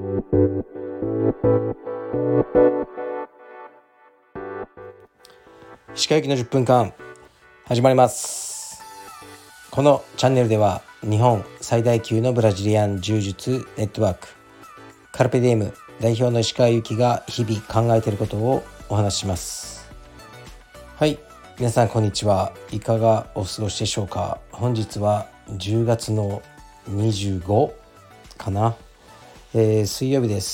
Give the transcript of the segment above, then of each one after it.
石川行きの10分間始まります。このチャンネルでは日本最大級のブラジリアン柔術ネットワークカルペディエム代表の石川行きが日々考えていることをお話しします。はい、皆さんこんにちは。いかがお過ごしでしょうか。本日は10月の25かな、水曜日です。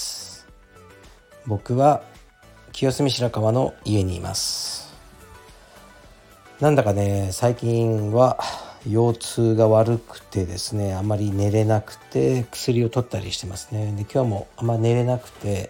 僕は清澄白河の家にいます。なんだかね、最近は腰痛が悪くてですね、あまり寝れなくて薬を取ったりしてますね。で、今日もあんま寝れなくて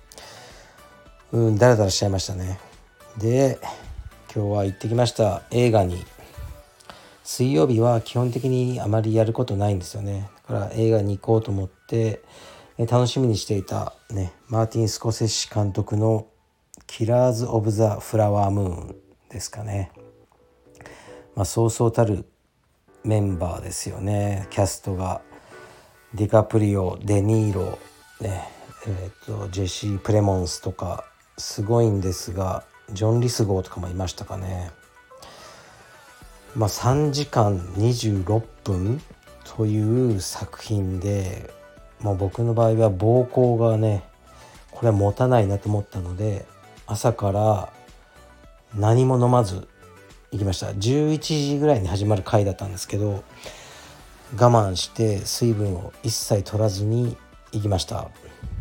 だらだらしちゃいましたね。で、今日は行ってきました、映画に。水曜日は基本的にあまりやることないんですよね。だから映画に行こうと思って楽しみにしていたね、マーティン・スコセッシ監督のキラーズ・オブ・ザ・フラワームーンですかね。そうそうたるメンバーですよね。キャストがディカプリオ、デニーロ、ジェシー・プレモンスとかすごいんですが、ジョン・リスゴーとかもいましたかね。3時間26分という作品で、僕の場合は膀胱がね、これは持たないなと思ったので、朝から何も飲まず行きました。11時ぐらいに始まる回だったんですけど、我慢して水分を一切取らずに行きました。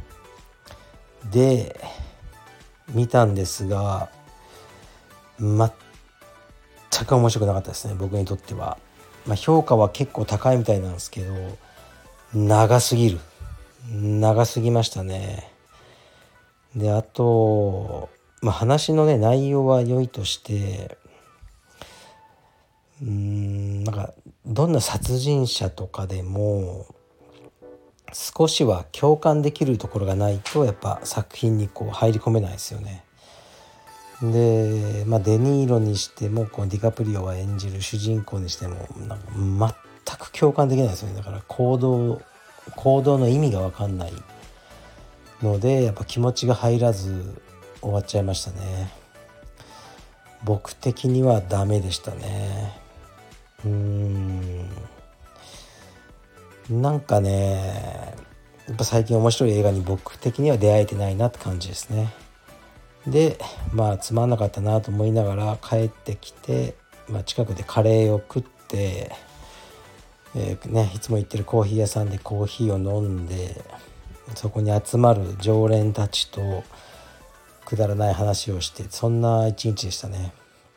で、見たんですが全く面白くなかったですね、僕にとっては。評価は結構高いみたいなんですけど、長すぎましたね。で、あと、話のね内容は良いとして、どんな殺人者とかでも少しは共感できるところがないとやっぱ作品に入り込めないですよね。で、デニーロにしてもこのディカプリオが演じる主人公にしても全く共感できないですよね。だから行動の意味が分かんないので、やっぱ気持ちが入らず終わっちゃいましたね。僕的にはダメでしたね。なんかね、やっぱ最近面白い映画に僕的には出会えてないなって感じですね。で、つまんなかったなと思いながら帰ってきて、近くでカレーを食って、いつも行ってるコーヒー屋さんでコーヒーを飲んで、そこに集まる常連たちとくだらない話をして、そんな一日でしたね。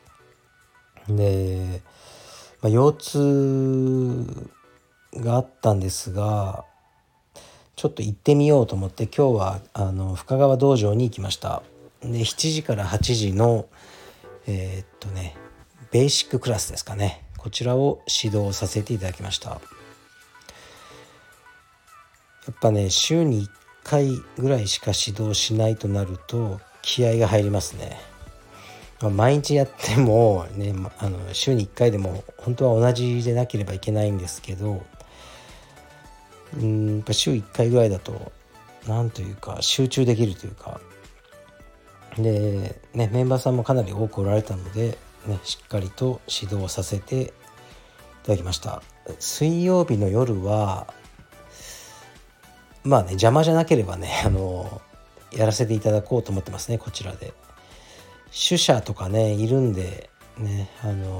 で、腰痛があったんですが、ちょっと行ってみようと思って今日は深川道場に行きました。で、7時から8時のベーシッククラスですかね、こちらを指導させていただきました。やっぱね、週に1回ぐらいしか指導しないとなると気合が入りますね。毎日やってもね、週に1回でも本当は同じでなければいけないんですけど、やっぱ週1回ぐらいだとなんというか集中できるというかで、メンバーさんもかなり多くおられたので、しっかりと指導させていただきました。水曜日の夜は邪魔じゃなければね、やらせていただこうと思ってますね。こちらで主者とかねいるんでね、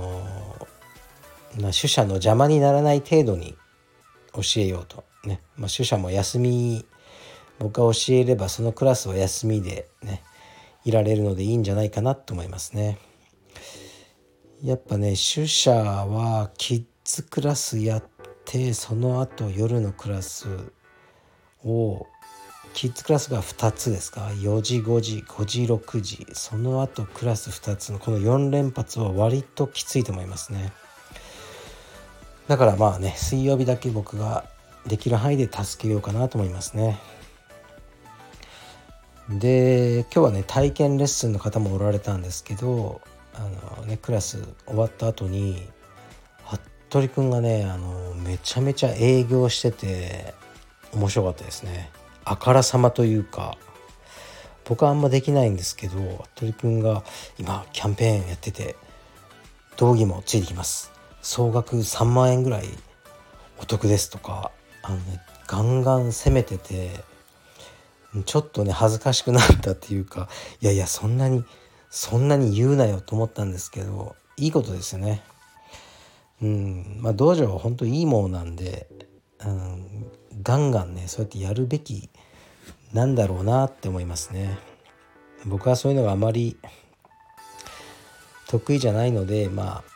主者の邪魔にならない程度に教えようとね。主者も休み、僕が教えればそのクラスは休みでねいられるのでいいんじゃないかなと思いますね。やっぱね、主者はキッズクラスやって、その後夜のクラスを、キッズクラスが2つですか、4時5時5時6時、その後クラス2つのこの4連発は割ときついと思いますね。だから水曜日だけ僕ができる範囲で助けようかなと思いますね。で、今日はね体験レッスンの方もおられたんですけど、クラス終わった後に服部くんがねめちゃめちゃ営業してて面白かったですね。 あからさまというか、僕はあんまできないんですけど、服部くんが今キャンペーンやってて道着もついてきます、総額3万円ぐらいお得ですとか、ガンガン攻めてて、ちょっとね恥ずかしくなったっていうか、いやいやそんなに言うなよと思ったんですけど、いいことですよね。道場は本当いいものなんで、ガンガンねそうやってやるべきなんだろうなって思いますね。僕はそういうのがあまり得意じゃないので、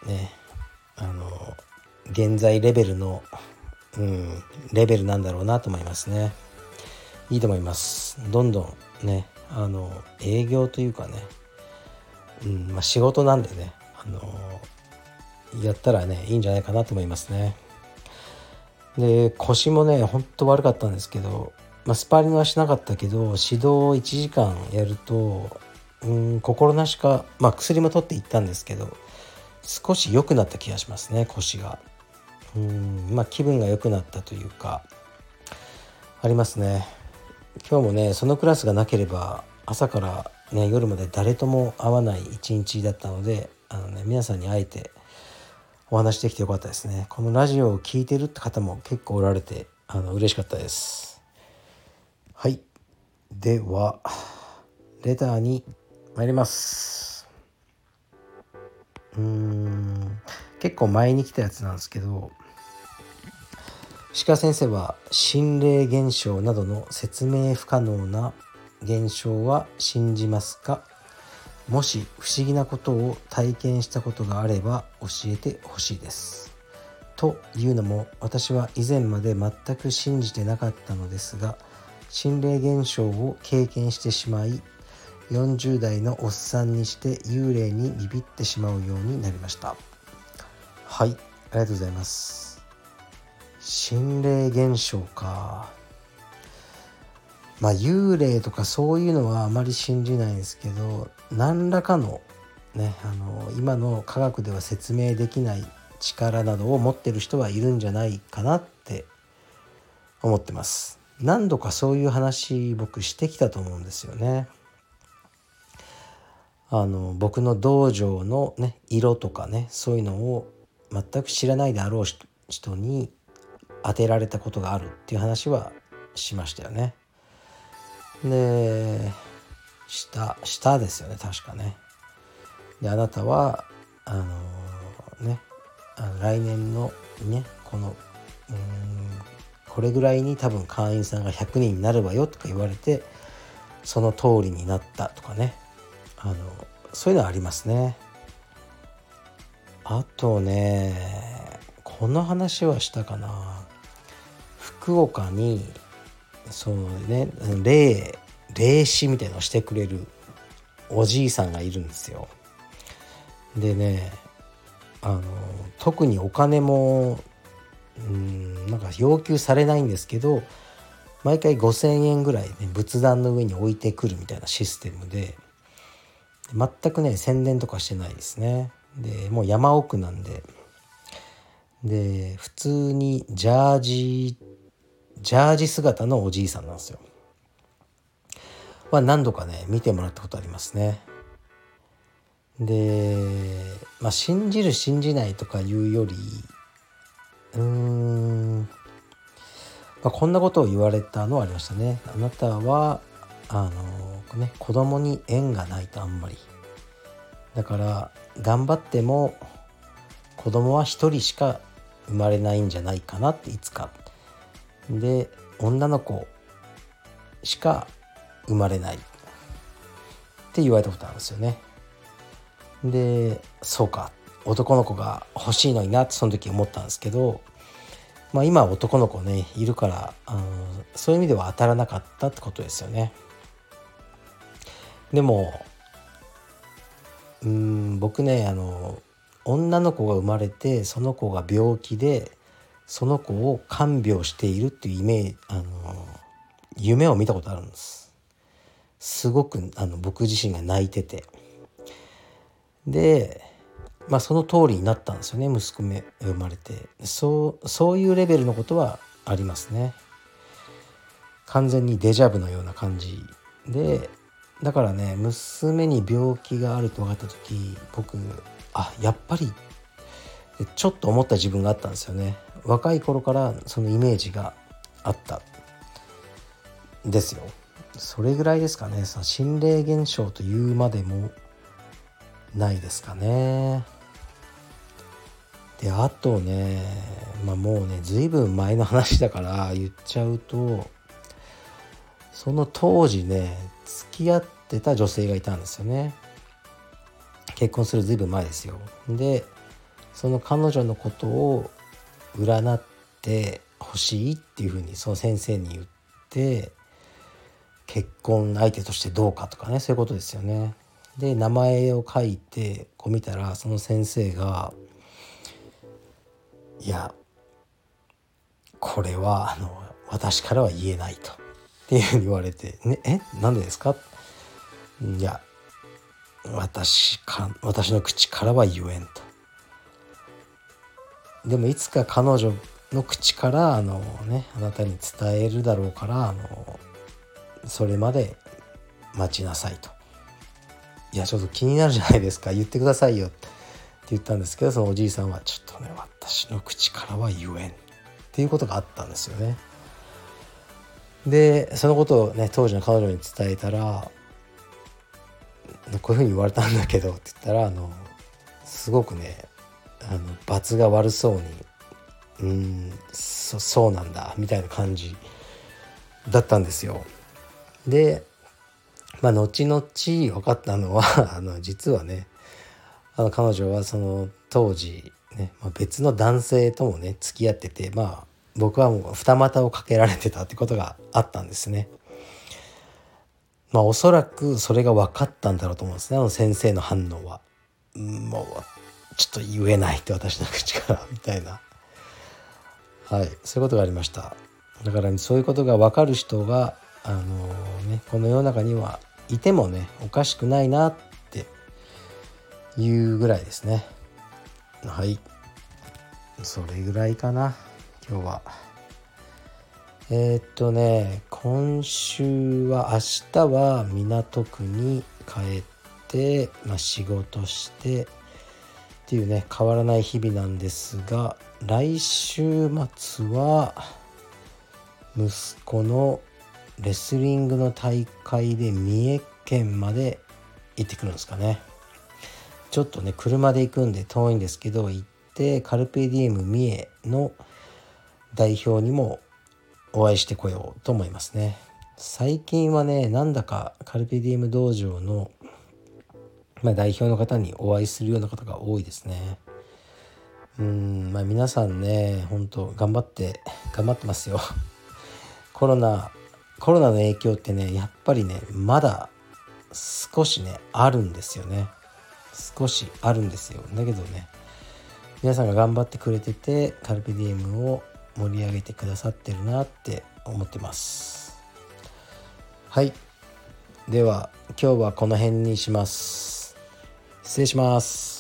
現在レベルの、レベルなんだろうなと思いますね。いいと思います。どんどんね営業というかね、仕事なんでねやったらねいいんじゃないかなと思いますね。で腰もねほんと悪かったんですけど、スパーリングはしなかったけど指導1時間やると心なしか、薬も取っていったんですけど少し良くなった気がしますね。腰が気分が良くなったというかありますね。今日もねそのクラスがなければ朝からね夜まで誰とも会わない一日だったので、皆さんに会えてお話できてよかったですね。このラジオを聞いてるって方も結構おられて嬉しかったです。はい、ではレターに参ります。結構前に来たやつなんですけど、鹿先生は心霊現象などの説明不可能な現象は信じますか？もし不思議なことを体験したことがあれば教えてほしいです。というのも私は以前まで全く信じてなかったのですが、心霊現象を経験してしまい40代のおっさんにして幽霊にビビってしまうようになりました。はい、ありがとうございます。心霊現象か。幽霊とかそういうのはあまり信じないんですけど、何らかのね今の科学では説明できない力などを持ってる人はいるんじゃないかなって思ってます。何度かそういう話僕してきたと思うんですよね。僕の道場のね色とかねそういうのを全く知らないであろう人に当てられたことがあるっていう話はしましたよね。で下ですよね確かね。であなたは来年のねこれぐらいに多分会員さんが100人になるわよとか言われてその通りになったとかね、そういうのはありますね。あとねこの話はしたかな。福岡にそうね霊視みたいなのをしてくれるおじいさんがいるんですよ。でね特にお金もなんか要求されないんですけど、毎回5,000円ぐらいね仏壇の上に置いてくるみたいなシステムで、全くね宣伝とかしてないですね。でもう山奥なんで、普通にジャージ姿のおじいさんなんですよ。何度かね見てもらったことありますね。で信じる信じないとかいうよりこんなことを言われたのはありましたね。あなたは子供に縁がないと、あんまりだから頑張っても子供は一人しか生まれないんじゃないかなって、いつかで女の子しか生まれないって言われたことあるんですよね。でそうか男の子が欲しいのになってその時思ったんですけど、今は男の子ねいるからそういう意味では当たらなかったってことですよね。でも僕ね女の子が生まれてその子が病気でその子を看病しているっていう夢を見たことあるんです。すごく僕自身が泣いてて、でその通りになったんですよね。息子が生まれてそういうレベルのことはありますね。 完全にデジャブのような感じで、だからね、娘に病気があると分かった時、僕やっぱりちょっと思った自分があったんですよね。若い頃からそのイメージがあったんですよ。それぐらいですかね。その心霊現象というまでもないですかね。であとね、もうねずいぶん前の話だから言っちゃうと、その当時ね付き合ってた女性がいたんですよね。結婚するずいぶん前ですよ。でその彼女のことを占ってほしいっていうふうにその先生に言って、結婚相手としてどうかとかね、そういうことですよね。で名前を書いて見たら、その先生がいやこれは私からは言えないとっていうふうに言われて、なんでですか。いや私の口からは言えんと。でもいつか彼女の口からあなたに伝えるだろうから、それまで待ちなさいと。いやちょっと気になるじゃないですか、言ってくださいよって言ったんですけど、そのおじいさんはちょっとね、私の口からは言えんっていうことがあったんですよね。でそのことをね当時の彼女に伝えたら、こういうふうに言われたんだけどって言ったら、すごくね罰が悪そうにそうなんだみたいな感じだったんですよ。で後々分かったのは実はね彼女はその当時ね、別の男性ともね付き合ってて、僕はもう二股をかけられてたってことがあったんですね。おそらくそれが分かったんだろうと思うんですね、先生の反応は。もうちょっと言えないって私の口からみたいな、そういうことがありました。だから、そういうことが分かる人がこの世の中にはいてもねおかしくないなっていうぐらいですね。それぐらいかな今日は。今週は明日は港区に帰って、仕事してっていうね変わらない日々なんですが、来週末は息子のレスリングの大会で三重県まで行ってくるんですかね。ちょっとね車で行くんで遠いんですけど、行ってカルペディエム三重の代表にもお会いしてこようと思いますね。最近はねなんだかカルペディエム道場の、代表の方にお会いするような方が多いですね。皆さんね本当頑張ってますよ。コロナの影響ってねやっぱりねまだ少しねあるんですよね。少しあるんですよ。だけどね皆さんが頑張ってくれてて、カルペディエムを盛り上げてくださってるなって思ってます。では今日はこの辺にします。失礼します。